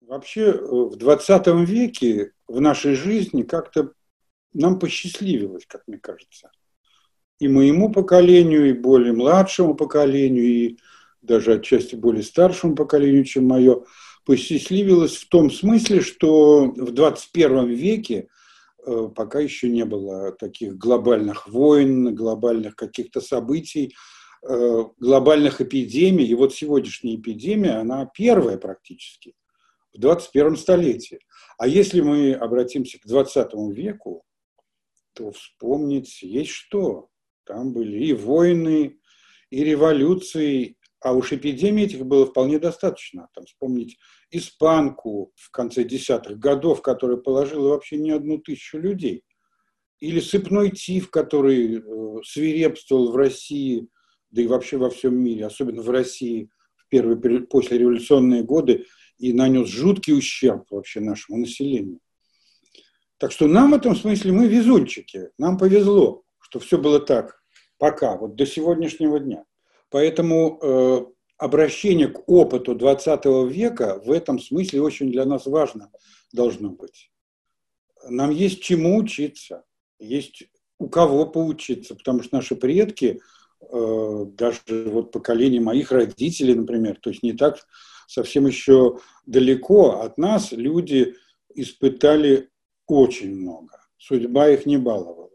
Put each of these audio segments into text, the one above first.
Вообще в 20 веке в нашей жизни как-то нам посчастливилось, как мне кажется. И моему поколению, и более младшему поколению, и даже отчасти более старшему поколению, чем мое, посчастливилось в том смысле, что в 21 веке пока еще не было таких глобальных войн, глобальных каких-то событий, глобальных эпидемий. И вот сегодняшняя эпидемия, она первая практически в 21 столетии. А если мы обратимся к 20 веку, то вспомнить есть что. Там были и войны, и революции, а уж эпидемий этих было вполне достаточно. Там вспомнить испанку в конце 10-х годов, которая положила вообще не 1 000 людей. Или сыпной тиф, который свирепствовал в России, да и вообще во всем мире, особенно в России в первые послереволюционные годы, и нанес жуткий ущерб вообще нашему населению. Так что нам в этом смысле мы везунчики. Нам повезло, что все было так пока, вот до сегодняшнего дня. Поэтому обращение к опыту 20 века в этом смысле очень для нас важно должно быть. Нам есть чему учиться, есть у кого поучиться, потому что наши предки, даже вот поколение моих родителей, например, то есть не так совсем еще далеко от нас, люди испытали очень много. Судьба их не баловала.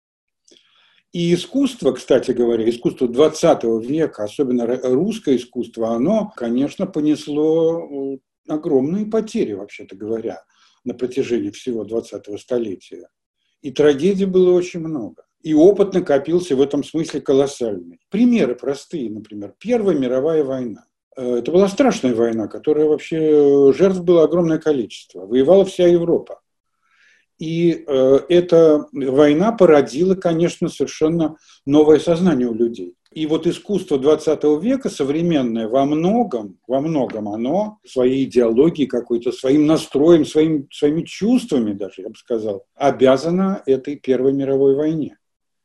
И искусство, кстати говоря, искусство 20 века, особенно русское искусство, оно, конечно, понесло огромные потери, вообще-то говоря, на протяжении всего 20-го столетия. И трагедий было очень много. И опыт накопился в этом смысле колоссальный. Примеры простые, например, Первая мировая война. Это была страшная война, которая вообще, жертв было огромное количество. Воевала вся Европа. И эта война породила, конечно, совершенно новое сознание у людей. И вот искусство 20 века современное во многом оно своей идеологией какой-то, своим настроем, своими чувствами даже, я бы сказал, обязано этой Первой мировой войне.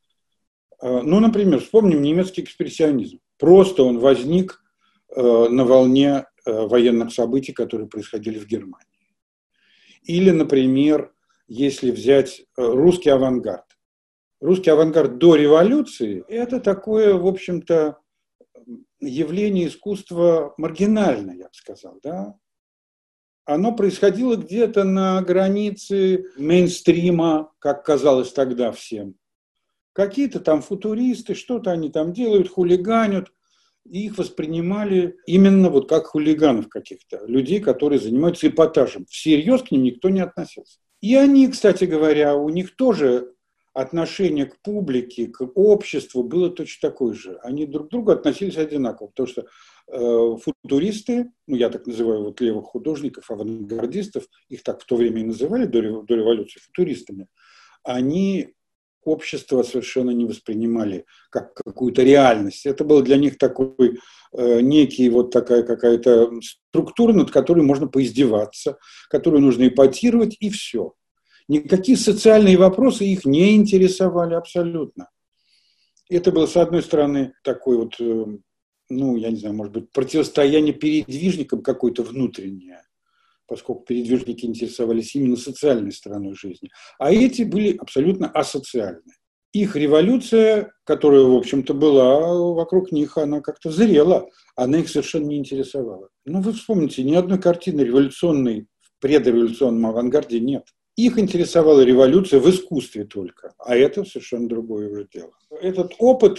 Ну, например, вспомним немецкий экспрессионизм. Просто он возник на волне военных событий, которые происходили в Германии. Или, например, если взять русский авангард. Русский авангард до революции – это такое, в общем-то, явление искусства маргинальное, я бы сказал. Да? Оно происходило где-то на границе мейнстрима, как казалось тогда всем. Какие-то там футуристы, что-то они там делают, хулиганят. И их воспринимали именно вот как хулиганов каких-то, людей, которые занимаются эпатажем. Всерьез к ним никто не относился. И они, кстати говоря, у них тоже отношение к публике, к обществу было точно такое же. Они друг к другу относились одинаково, потому что футуристы, ну я так называю вот левых художников, авангардистов, их так в то время и называли до революции футуристами, они общество совершенно не воспринимали как какую-то реальность. Это было для них такой некий вот такая какая-то структура, над которой можно поиздеваться, которую нужно эпатировать, и все. Никакие социальные вопросы их не интересовали абсолютно. Это было, с одной стороны, такой вот, ну, я не знаю, может быть, противостояние передвижникам какое-то внутреннее, поскольку передвижники интересовались именно социальной стороной жизни. А эти были абсолютно асоциальны. Их революция, которая, в общем-то, была вокруг них, она как-то зрела, она их совершенно не интересовала. Ну, вы вспомните, ни одной картины революционной в предреволюционном авангарде нет. Их интересовала революция в искусстве только, а это совершенно другое уже дело. Этот опыт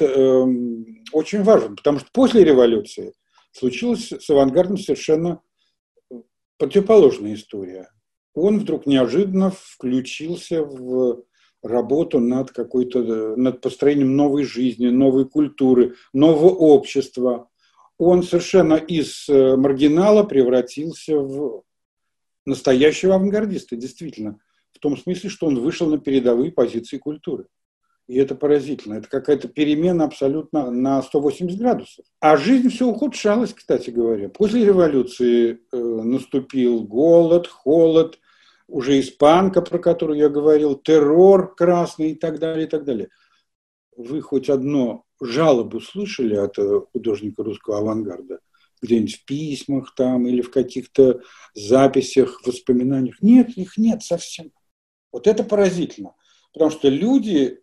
очень важен, потому что после революции случилась с авангардом совершенно противоположная история. Он вдруг неожиданно включился в работу над построением новой жизни, новой культуры, нового общества. Он совершенно из маргинала превратился в настоящего авангардиста, действительно, в том смысле, что он вышел на передовые позиции культуры. И это поразительно. Это какая-то перемена абсолютно на 180 градусов. А жизнь все ухудшалась, кстати говоря. После революции наступил голод, холод, уже испанка, про которую я говорил, террор красный и так далее, и так далее. Вы хоть одну жалобу слышали от художника русского авангарда где-нибудь в письмах там или в каких-то записях, воспоминаниях. Нет, их нет совсем. Вот это поразительно, потому что люди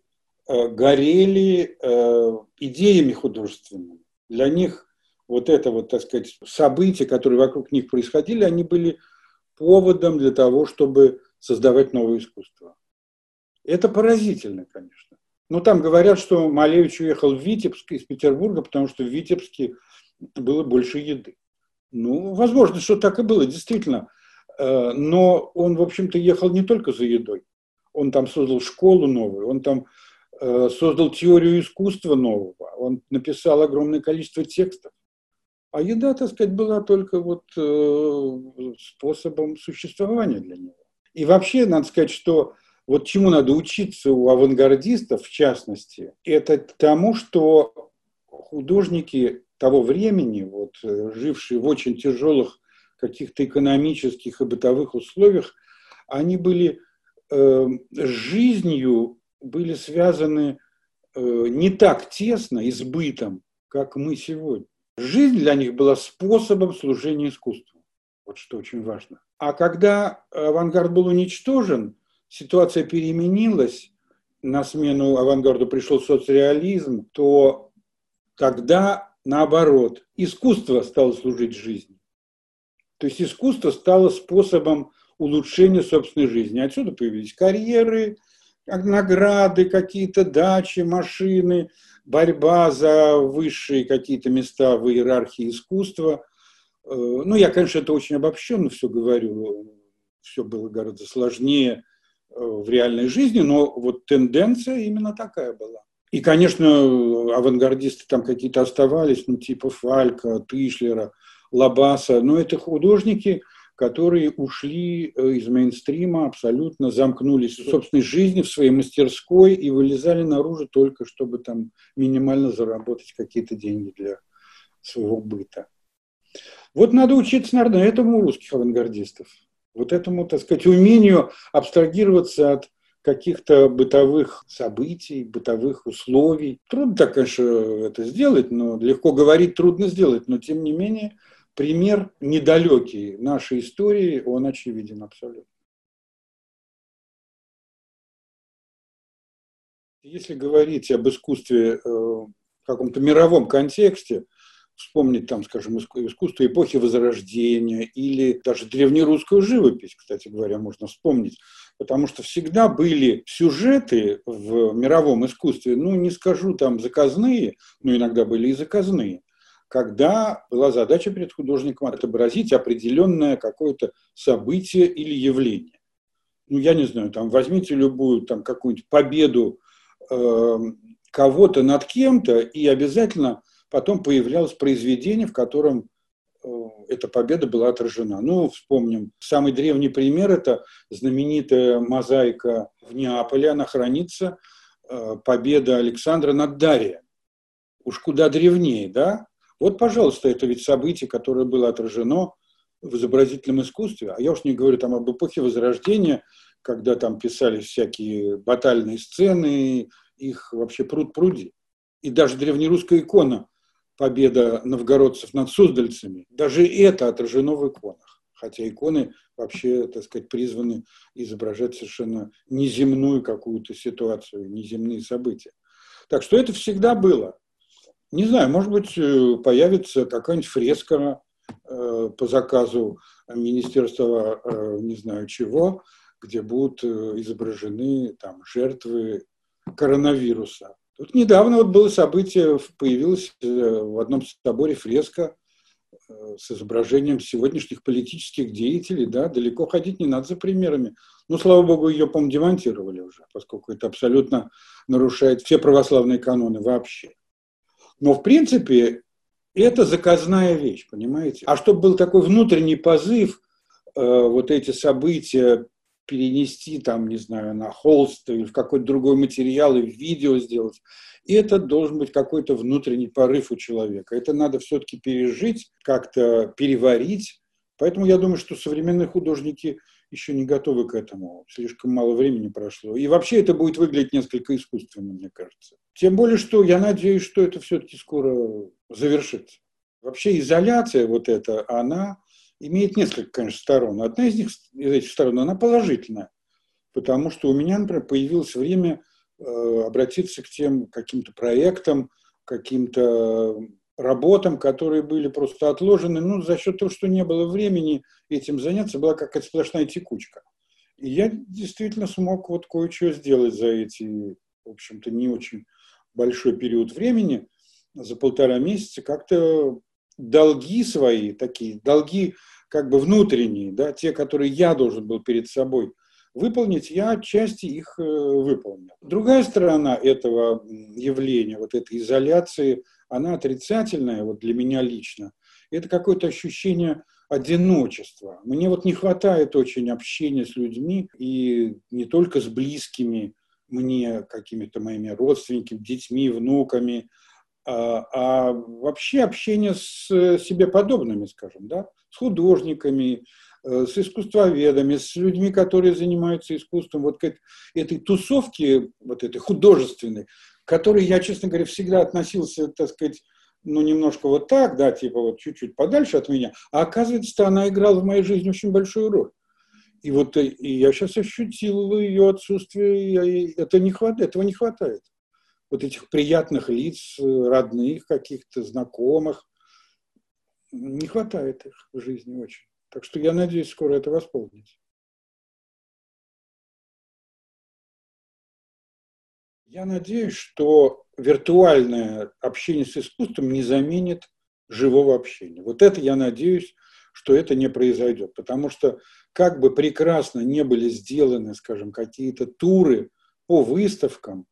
горели идеями художественными. Для них вот это вот, так сказать, события, которые вокруг них происходили, они были поводом для того, чтобы создавать новое искусство. Это поразительно, конечно. Но там говорят, что Малевич уехал в Витебск из Петербурга, потому что в Витебске было больше еды. Ну, возможно, что так и было, действительно. Но он, в общем-то, ехал не только за едой. Он там создал школу новую, он там создал теорию искусства нового, он написал огромное количество текстов. А еда, так сказать, была только вот способом существования для него. И вообще, надо сказать, что вот чему надо учиться у авангардистов, в частности, это тому, что художники того времени, вот, жившие в очень тяжелых каких-то экономических и бытовых условиях, они были с жизнью были связаны не так тесно и с бытом, как мы сегодня. Жизнь для них была способом служения искусству. Вот что очень важно. А когда авангард был уничтожен, ситуация переменилась, на смену авангарду пришел соцреализм, то тогда, наоборот, искусство стало служить жизни. То есть искусство стало способом улучшения собственной жизни. Отсюда появились карьеры, награды, какие-то дачи, машины, борьба за высшие какие-то места в иерархии искусства. Ну, я, конечно, это очень обобщенно все говорю, все было гораздо сложнее в реальной жизни, но вот тенденция именно такая была. И, конечно, авангардисты там какие-то оставались, ну, типа Фалька, Тышлера, Лабаса, но это художники, которые ушли из мейнстрима, абсолютно замкнулись в собственной жизни, в своей мастерской и вылезали наружу только, чтобы там минимально заработать какие-то деньги для своего быта. Вот надо учиться, наверное, этому у русских авангардистов. Вот этому, так сказать, умению абстрагироваться от каких-то бытовых событий, бытовых условий. Трудно так, конечно, это сделать, но легко говорить, трудно сделать, но тем не менее пример недалекий нашей истории, он очевиден абсолютно. Если говорить об искусстве в каком-то мировом контексте, вспомнить там, скажем, искусство эпохи Возрождения или даже древнерусскую живопись, кстати говоря, можно вспомнить, потому что всегда были сюжеты в мировом искусстве, ну, не скажу там заказные, но иногда были и заказные, когда была задача перед художником отобразить определенное какое-то событие или явление. Ну, я не знаю, там возьмите любую там какую-нибудь победу кого-то над кем-то, и обязательно потом появлялось произведение, в котором эта победа была отражена. Ну, вспомним, самый древний пример – это знаменитая мозаика в Неаполе, она хранится, победа Александра над Дарием. Уж куда древнее, да? Вот, пожалуйста, это ведь событие, которое было отражено в изобразительном искусстве. А я уж не говорю там об эпохе Возрождения, когда там писались всякие батальные сцены, их вообще пруд-пруди. И даже древнерусская икона «Победа новгородцев над суздальцами», даже это отражено в иконах. Хотя иконы вообще, так сказать, призваны изображать совершенно неземную какую-то ситуацию, неземные события. Так что это всегда было. Не знаю, может быть, появится какая-нибудь фреска по заказу министерства, не знаю чего, где будут изображены там жертвы коронавируса. Тут недавно вот было событие, появилась в одном соборе фреска с изображением сегодняшних политических деятелей, да, далеко ходить не надо за примерами. Ну, слава богу, ее, по-моему, демонтировали уже, поскольку это абсолютно нарушает все православные каноны вообще. Но, в принципе, это заказная вещь, понимаете? А чтобы был такой внутренний позыв, вот эти события перенести, там, не знаю, на холст или в какой-то другой материал, и в видео сделать, и это должен быть какой-то внутренний порыв у человека. Это надо все-таки пережить, как-то переварить. Поэтому я думаю, что современные художники еще не готовы к этому. Слишком мало времени прошло. И вообще это будет выглядеть несколько искусственно, мне кажется. Тем более, что я надеюсь, что это все-таки скоро завершится. Вообще изоляция вот эта, она имеет несколько, конечно, сторон. Одна из них, из этих сторон, она положительная, потому что у меня, например, появилось время обратиться к тем каким-то проектам, каким-то работам, которые были просто отложены. Ну, за счет того, что не было времени этим заняться, была какая-то сплошная текучка. И я действительно смог вот кое-что сделать за эти, в общем-то, не очень большой период времени, за 1,5 месяца, как-то долги свои, такие долги как бы внутренние, да, те, которые я должен был перед собой выполнить, я отчасти их выполнил. Другая сторона этого явления, вот этой изоляции, она отрицательная вот для меня лично. Это какое-то ощущение одиночества. Мне вот не хватает очень общения с людьми, и не только с близкими мне, какими-то моими родственниками, детьми, внуками, а вообще общение с себе подобными, скажем, да, с художниками, с искусствоведами, с людьми, которые занимаются искусством, вот к этой тусовке, вот этой художественной, к которой я, честно говоря, всегда относился, так сказать, ну, немножко вот так, да, типа вот чуть-чуть подальше от меня, а оказывается, она играла в моей жизни очень большую роль. И вот и я сейчас ощутил ее отсутствие, и этого не хватает. Вот этих приятных лиц, родных каких-то, знакомых. Не хватает их в жизни очень. Так что я надеюсь скоро это восполнить. Я надеюсь, что виртуальное общение с искусством не заменит живого общения. Вот это я надеюсь, что это не произойдет. Потому что как бы прекрасно не были сделаны, скажем, какие-то туры по выставкам,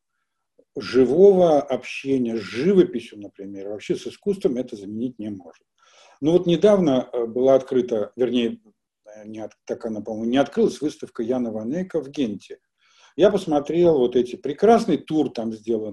живого общения с живописью, например, вообще с искусством это заменить не может. Ну вот недавно была открыта, вернее, так она, по-моему, не открылась, выставка Яна ван Эйка в Генте. Я посмотрел вот эти, прекрасный тур там сделан,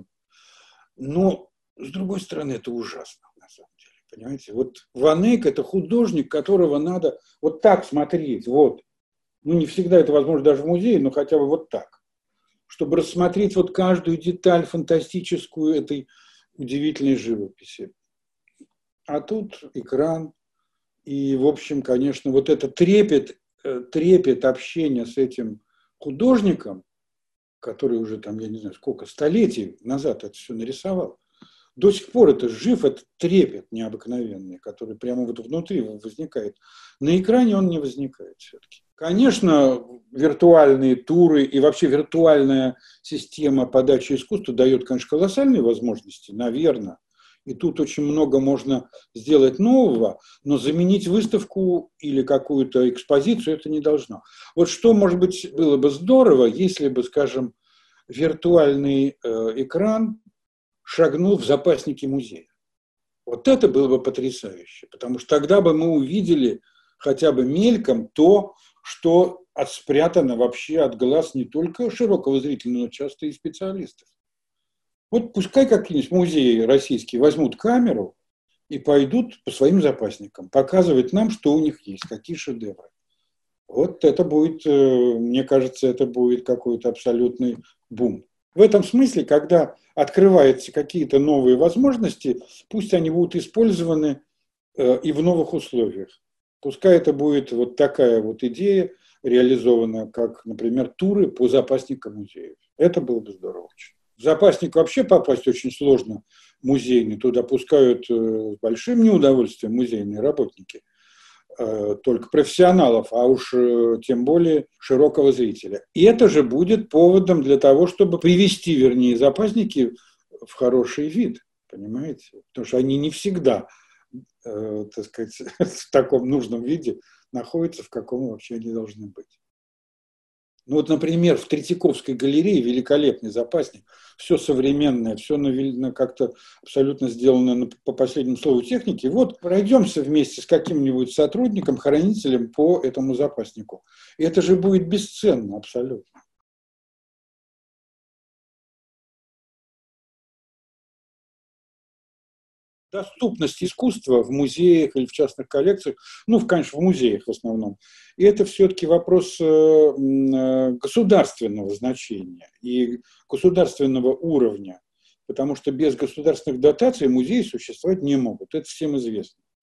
но, с другой стороны, это ужасно, на самом деле, понимаете. Вот Ван Эйк – это художник, которого надо вот так смотреть, вот. Ну, не всегда это возможно даже в музее, но хотя бы вот так, чтобы рассмотреть вот каждую деталь фантастическую этой удивительной живописи. А тут экран, и, в общем, конечно, вот этот трепет общения с этим художником, который уже там, я не знаю, сколько столетий назад это все нарисовал, до сих пор это жив, этот трепет необыкновенный, который прямо вот внутри возникает. На экране он не возникает все-таки. Конечно, виртуальные туры и вообще виртуальная система подачи искусства дает, конечно, колоссальные возможности, наверное. И тут очень много можно сделать нового, но заменить выставку или какую-то экспозицию это не должно. Вот что, может быть, было бы здорово, если бы, скажем, виртуальный экран шагнул в запасники музея. Вот это было бы потрясающе, потому что тогда бы мы увидели хотя бы мельком то, что спрятано вообще от глаз не только широкого зрителя, но часто и специалистов. Вот пускай какие-нибудь музеи российские возьмут камеру и пойдут по своим запасникам, показывать нам, что у них есть, какие шедевры. Вот это будет, мне кажется, это будет какой-то абсолютный бум. В этом смысле, когда открываются какие-то новые возможности, пусть они будут использованы и в новых условиях. Пускай это будет вот такая вот идея реализована, как, например, туры по запасникам музеев. Это было бы здорово очень. В запасник вообще попасть очень сложно музейный. Туда пускают с большим неудовольствием музейные работники. Только профессионалов, а уж тем более широкого зрителя. И это же будет поводом для того, чтобы привести, вернее, запасники в хороший вид, понимаете? Потому что они не всегда, так сказать, в таком нужном виде находятся, в каком вообще они должны быть. Ну вот, например, в Третьяковской галерее великолепный запасник, все современное, все как-то абсолютно сделано по последнему слову техники. Вот пройдемся вместе с каким-нибудь сотрудником, хранителем по этому запаснику. И это же будет бесценно абсолютно. Доступность искусства в музеях или в частных коллекциях, ну, конечно, в музеях в основном, и это все-таки вопрос государственного значения и государственного уровня, потому что без государственных дотаций музеи существовать не могут, это всем известно.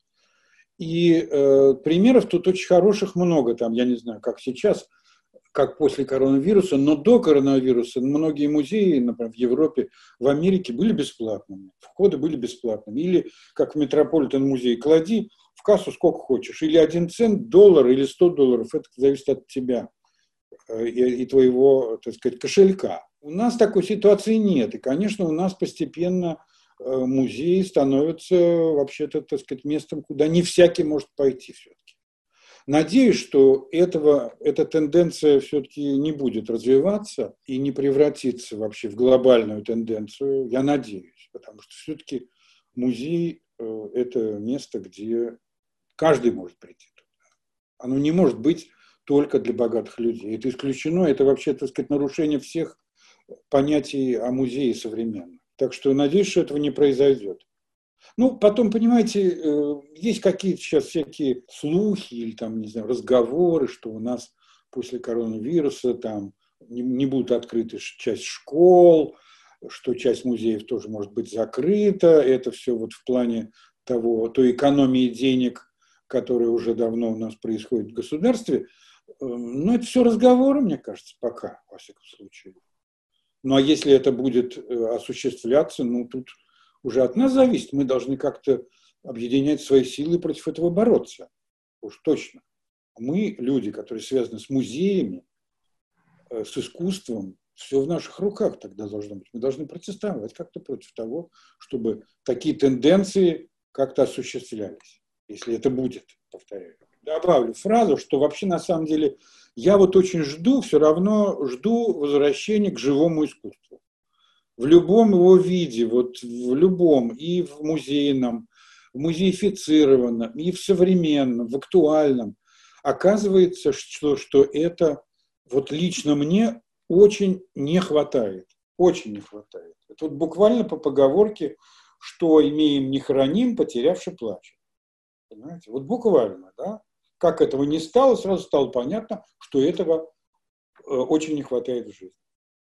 И примеров тут очень хороших много, там, я не знаю, как сейчас, как после коронавируса, но до коронавируса многие музеи, например, в Европе, в Америке были бесплатными, входы были бесплатными. Или, как в Метрополитен-музее, клади в кассу сколько хочешь, или 1 цент, доллар или $100, это зависит от тебя и твоего, так сказать, кошелька. У нас такой ситуации нет, и, конечно, у нас постепенно музеи становятся вообще-то, так сказать, местом, куда не всякий может пойти все-таки. Надеюсь, что эта тенденция все-таки не будет развиваться и не превратится вообще в глобальную тенденцию. Я надеюсь, потому что все-таки музей – это место, где каждый может прийти туда. Оно не может быть только для богатых людей. Это исключено, это вообще, так сказать, нарушение всех понятий о музее современном. Так что надеюсь, что этого не произойдет. Ну, потом, понимаете, есть какие-то сейчас всякие слухи или там, не знаю, разговоры, что у нас после коронавируса там не будут открыты часть школ, что часть музеев тоже может быть закрыта. Это все вот в плане той экономии денег, которая уже давно у нас происходит в государстве. Но это все разговоры, мне кажется, пока, во всяком случае. Ну, а если это будет осуществляться, ну, тут уже от нас зависит. Мы должны как-то объединять свои силы и против этого бороться. Уж точно. Мы, люди, которые связаны с музеями, с искусством, все в наших руках тогда должно быть. Мы должны протестовать как-то против того, чтобы такие тенденции как-то осуществлялись. Если это будет, повторяю. Добавлю фразу, что вообще на самом деле я вот очень все равно жду возвращения к живому искусству. В любом его виде, вот в любом, и в музейном, в музеифицированном, и в современном, в актуальном, оказывается, что это вот лично мне очень не хватает. Очень не хватает. Это вот буквально по поговорке, что имеем не храним, потерявши плачем. Понимаете? Вот буквально, да? Как этого не стало, сразу стало понятно, что этого очень не хватает в жизни.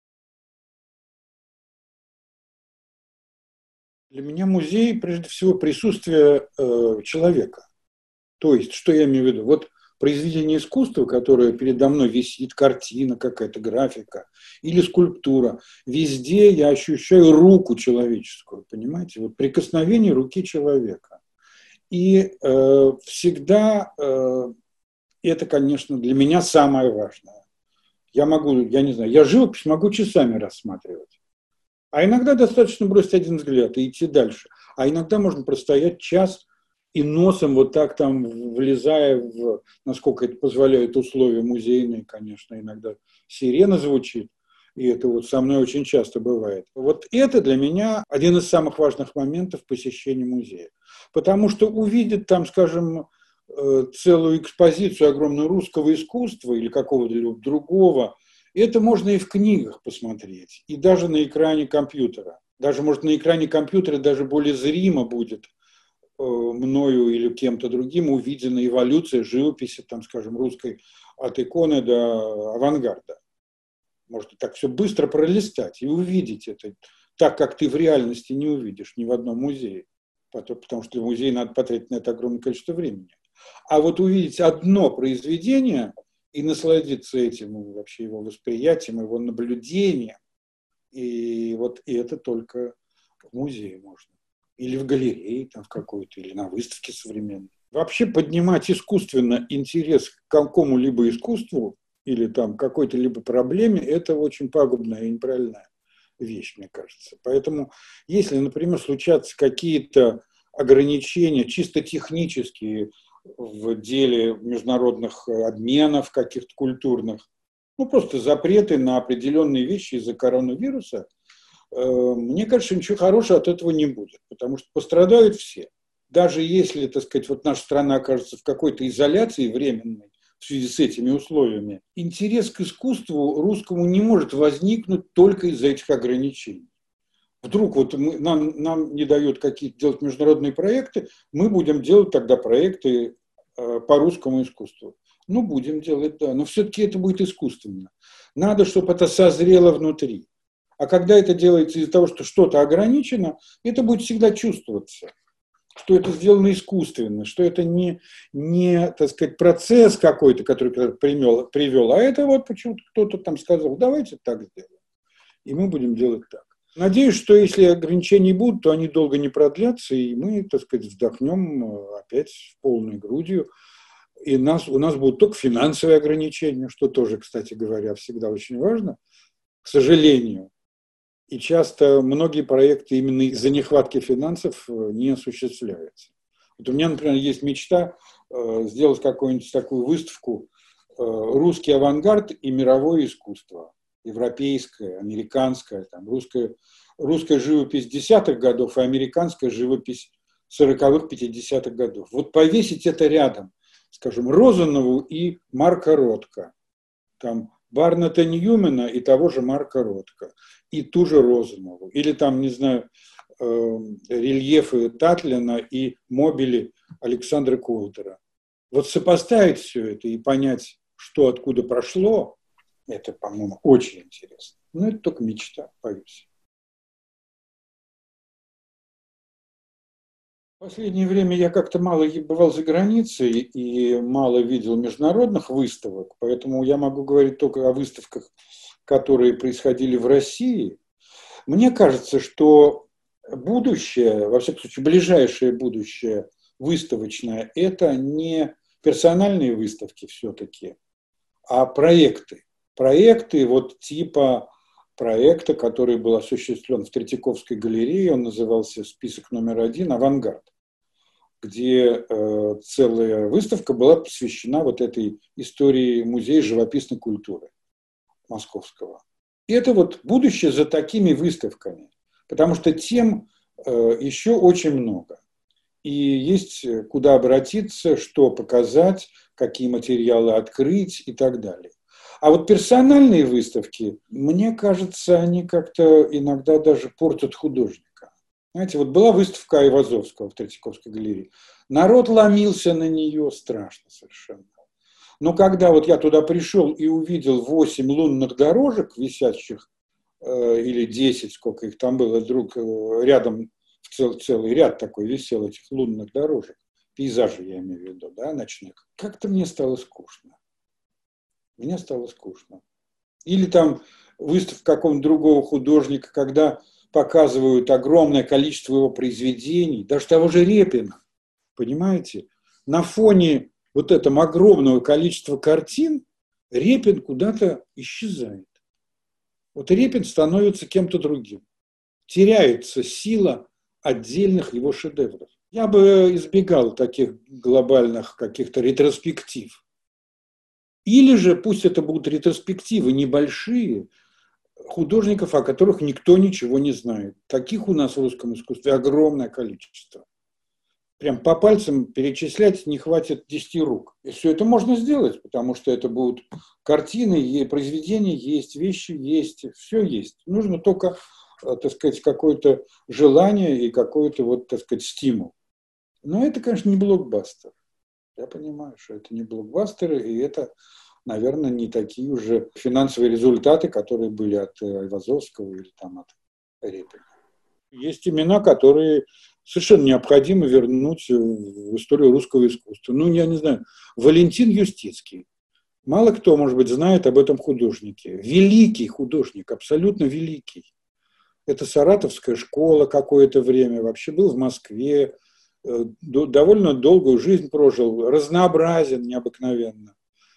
Для меня музей, прежде всего, присутствие человека. То есть, что я имею в виду? Вот произведение искусства, которое передо мной висит, картина какая-то, графика или скульптура, везде я ощущаю руку человеческую, понимаете? Вот прикосновение руки человека. И всегда это, конечно, для меня самое важное. Я не знаю, я живопись могу часами рассматривать. А иногда достаточно бросить один взгляд и идти дальше. А иногда можно простоять час и носом вот так там влезая насколько это позволяют условия музейные, конечно, иногда сирена звучит, и это вот со мной очень часто бывает. Вот это для меня один из самых важных моментов посещения музея. Потому что увидеть там, скажем, целую экспозицию огромную русского искусства или какого-то другого, это можно и в книгах посмотреть, и даже на экране компьютера. Даже, может, на экране компьютера даже более зримо будет мною или кем-то другим увидена эволюция живописи, там, скажем, русской от иконы до авангарда. Можно так все быстро пролистать и увидеть это, так как ты в реальности не увидишь ни в одном музее, потому что в музее надо потратить на это огромное количество времени. А вот увидеть одно произведение и насладиться этим, вообще его восприятием, его наблюдением, и вот это только в музее можно. Или в галерее там в какой-то, или на выставке современной. Вообще поднимать искусственно интерес к какому-либо искусству или там какой-то либо проблеме, это очень пагубная и неправильная вещь, мне кажется. Поэтому, если, например, случатся какие-то ограничения чисто технические в деле международных обменов каких-то культурных, ну просто запреты на определенные вещи из-за коронавируса, мне кажется, ничего хорошего от этого не будет, потому что пострадают все. Даже если, так сказать, вот наша страна окажется в какой-то изоляции временной в связи с этими условиями, интерес к искусству русскому не может возникнуть только из-за этих ограничений. Вдруг вот нам не дают какие-то делать международные проекты, мы будем делать тогда проекты по русскому искусству. Ну, будем делать, да, но все-таки это будет искусственно. Надо, чтобы это созрело внутри. А когда это делается из-за того, что что-то ограничено, это будет всегда чувствоваться. что это сделано искусственно, что это не так сказать, процесс какой-то, который привел, а это вот почему-то кто-то там сказал, давайте так сделаем, и мы будем делать так. Надеюсь, что если ограничений будут, то они долго не продлятся, и мы, так сказать, вздохнем опять полной грудью. И у нас будут только финансовые ограничения, что тоже, кстати говоря, всегда очень важно, к сожалению. И часто многие проекты именно из-за нехватки финансов не осуществляются. Вот у меня, например, есть мечта сделать какую-нибудь такую выставку «Русский авангард и мировое искусство». Европейская, американская, там, русская живопись 10-х годов и американская живопись 40-х, 50-х годов. Вот повесить это рядом, скажем, Розанову и Марка Ротко, там, Барнета Ньюмена и того же Марка Ротко, и ту же Розанову, или там, не знаю, рельефы Татлина и мобили Александра Колтера. Вот сопоставить все это и понять, что откуда прошло, это, по-моему, очень интересно. Но это только мечта, боюсь. В последнее время я как-то мало бывал за границей и мало видел международных выставок, поэтому я могу говорить только о выставках, которые происходили в России. Мне кажется, что будущее, во всяком случае, ближайшее будущее выставочное, это не персональные выставки все-таки, а проекты. Проекты вот типа проекта, который был осуществлен в Третьяковской галерее, он назывался «Список номер 1. Авангард», где целая выставка была посвящена вот этой истории Музея живописной культуры московского. И это вот будущее за такими выставками, потому что тем еще очень много. И есть куда обратиться, что показать, какие материалы открыть и так далее. А вот персональные выставки, мне кажется, они как-то иногда даже портят художника. Знаете, вот была выставка Айвазовского в Третьяковской галерее. Народ ломился на нее страшно совершенно. Но когда вот я туда пришел и увидел 8 лунных дорожек, висящих, или 10, сколько их там было, вдруг рядом целый ряд такой висел этих лунных дорожек, пейзажи я имею в виду, да, ночных, как-то мне стало скучно. Мне стало скучно. Или там выставка какого-нибудь другого художника, когда показывают огромное количество его произведений, даже того же Репина, понимаете? На фоне вот этого огромного количества картин Репин куда-то исчезает. Вот Репин становится кем-то другим. Теряется сила отдельных его шедевров. Я бы избегал таких глобальных каких-то ретроспектив. Или же пусть это будут ретроспективы небольшие художников, о которых никто ничего не знает. Таких у нас в русском искусстве огромное количество. Прям по пальцам перечислять не хватит 10 рук. И все это можно сделать, потому что это будут картины, произведения есть, вещи есть, все есть. Нужно только, так сказать, какое-то желание и какой-то, вот, так сказать, стимул. Но это, конечно, не блокбастер. Я понимаю, что это не блокбастеры, и это, наверное, не такие уже финансовые результаты, которые были от Айвазовского или там от Репина. Есть имена, которые совершенно необходимо вернуть в историю русского искусства. Ну, я не знаю, Валентин Юстицкий. Мало кто, может быть, знает об этом художнике. Великий художник, абсолютно великий. Это саратовская школа какое-то время, вообще был в Москве, довольно долгую жизнь прожил, разнообразен необыкновенно.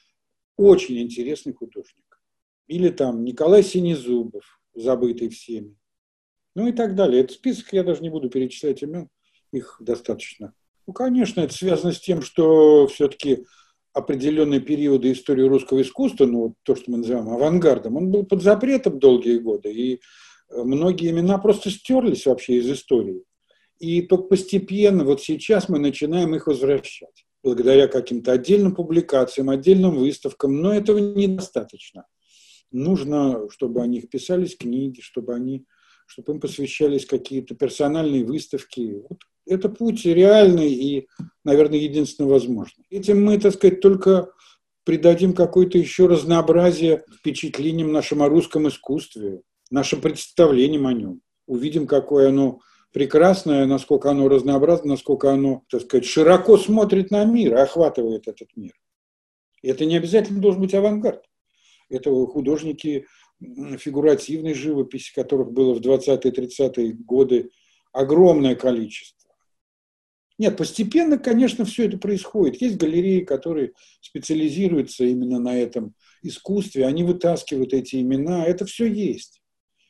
Очень интересный художник. Или там Николай Синезубов, забытый всеми. Ну и так далее. Этот список я даже не буду перечислять имен, их достаточно. Ну, конечно, это связано с тем, что все-таки определенные периоды истории русского искусства, ну, вот то, что мы называем авангардом, он был под запретом долгие годы, и многие имена просто стерлись вообще из истории. И только постепенно, вот сейчас мы начинаем их возвращать, благодаря каким-то отдельным публикациям, отдельным выставкам, но этого недостаточно. Нужно, чтобы о них писались книги, чтобы им посвящались какие-то персональные выставки. Вот это путь реальный и, наверное, единственно возможный. Этим мы, так сказать, только придадим какое-то еще разнообразие впечатлениям нашему о русском искусстве, нашим представлениям о нем. Увидим, какое оно прекрасное, насколько оно разнообразно, насколько оно, так сказать, широко смотрит на мир, охватывает этот мир. И это не обязательно должен быть авангард. Это художники фигуративной живописи, которых было в 20-30-е годы огромное количество. Нет, постепенно, конечно, все это происходит. Есть галереи, которые специализируются именно на этом искусстве, они вытаскивают эти имена, это все есть.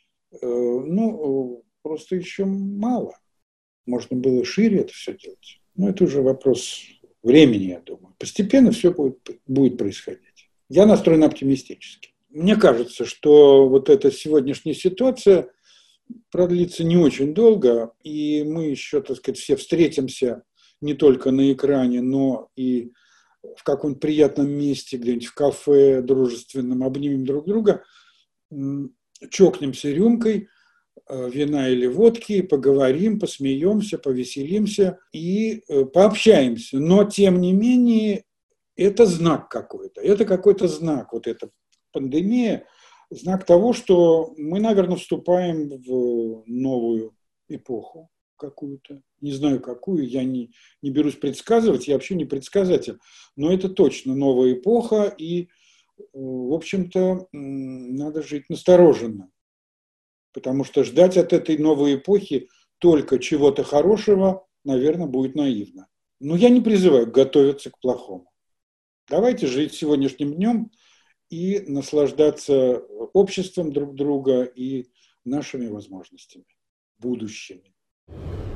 Ну, просто еще мало. Можно было шире это все делать. Но это уже вопрос времени, я думаю. Постепенно все будет происходить. Я настроен оптимистически. Мне кажется, что вот эта сегодняшняя ситуация продлится не очень долго, и мы еще, так сказать, все встретимся не только на экране, но и в каком-нибудь приятном месте, где-нибудь в кафе дружественном, обнимем друг друга, чокнемся рюмкой вина или водки, поговорим, посмеемся, повеселимся и пообщаемся. Но, тем не менее, это знак какой-то. Это какой-то знак, вот эта пандемия, знак того, что мы, наверное, вступаем в новую эпоху какую-то. Не знаю, какую, я не берусь предсказывать, я вообще не предсказатель. Но это точно новая эпоха, и, в общем-то, надо жить настороженно. Потому что ждать от этой новой эпохи только чего-то хорошего, наверное, будет наивно. Но я не призываю готовиться к плохому. Давайте жить сегодняшним днем и наслаждаться обществом друг друга и нашими возможностями будущими.